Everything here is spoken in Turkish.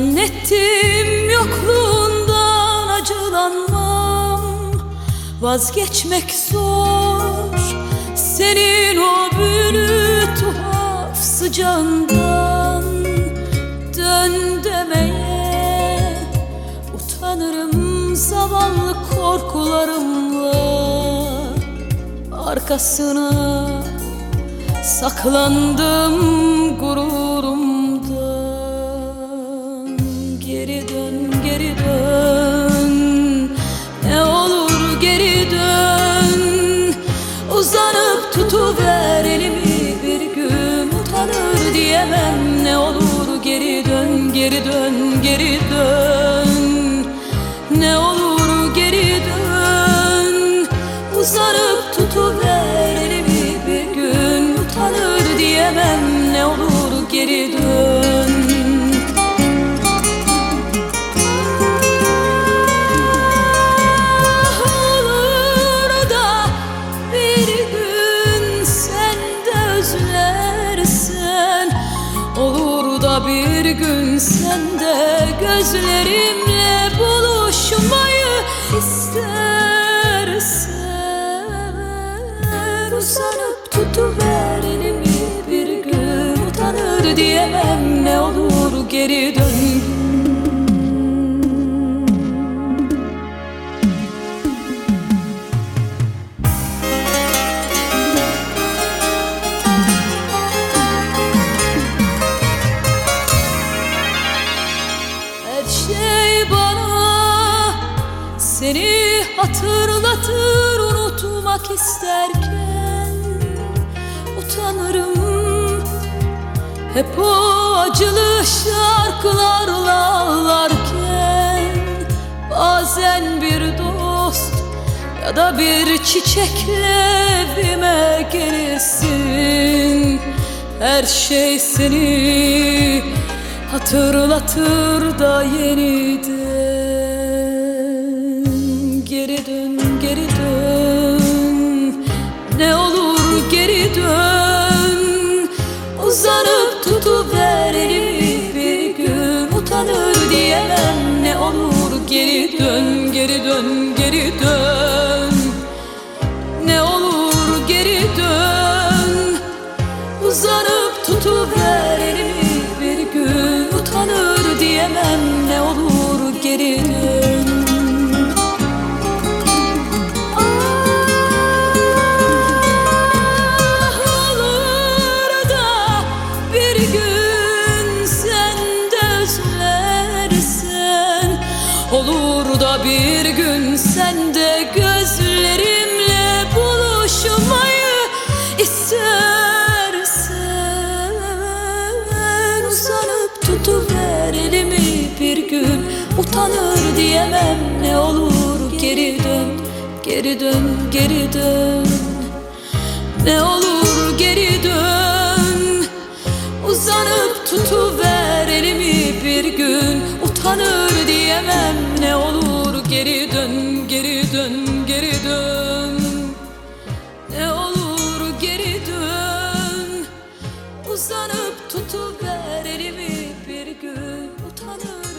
Zannettim yokluğundan acılanmam, vazgeçmek zor senin o büyülü tuhaf sıcağından. Dön demeye utanırım zavallı korkularımla, arkasına saklandım gururumdan. Geri dön, geri dön, ne olur geri dön. Uzanıp tutuver elimi, bir gün utanır diyemem. Ne olur geri dön, geri dön, geri dön. Ne olur geri dön. Uzanıp tutuver elimi, bir gün utanır diyemem. Ne olur geri dön. Olur da bir gün sen de özlersen, olur da bir gün sen de gözlerimle buluşmayı istersen. Uzanıp tutuver elimi, bir gün utanır diyemem. Ne olur geri dön. Her şey bana seni hatırlatır, unutmak isterken utanırım. Hep o acılı şarkılarla ağlarken, bazen bir dost ya da bir çiçekle evime gelirsin. Her şey seni hatırlatır da yeniden. Geri dön, geri dön, ne olur geri dön. Uzanıp tutuver elimi, bir gün utanır diyemem. Ne olur geri dön, geri dön, geri dön. Ne olur geri dön. Uzanıp tutuver elimi, bir gün utanır diyemem. Ne olur geri dön. Olur da bir gün sen de özlersen, olur da bir gün sen de gözlerimle buluşmayı istersen. Uzanıp tutuver elimi, bir gün utanır diyemem. Ne olur geri dön, geri dön, geri dön. Ne olur geri dön. Uzanıp tutuver elimi, bir gün utanır diyemem. Ne olur geri dön, geri dön, geri dön. Ne olur geri dön. Uzanıp tutuver elimi, bir gün utanır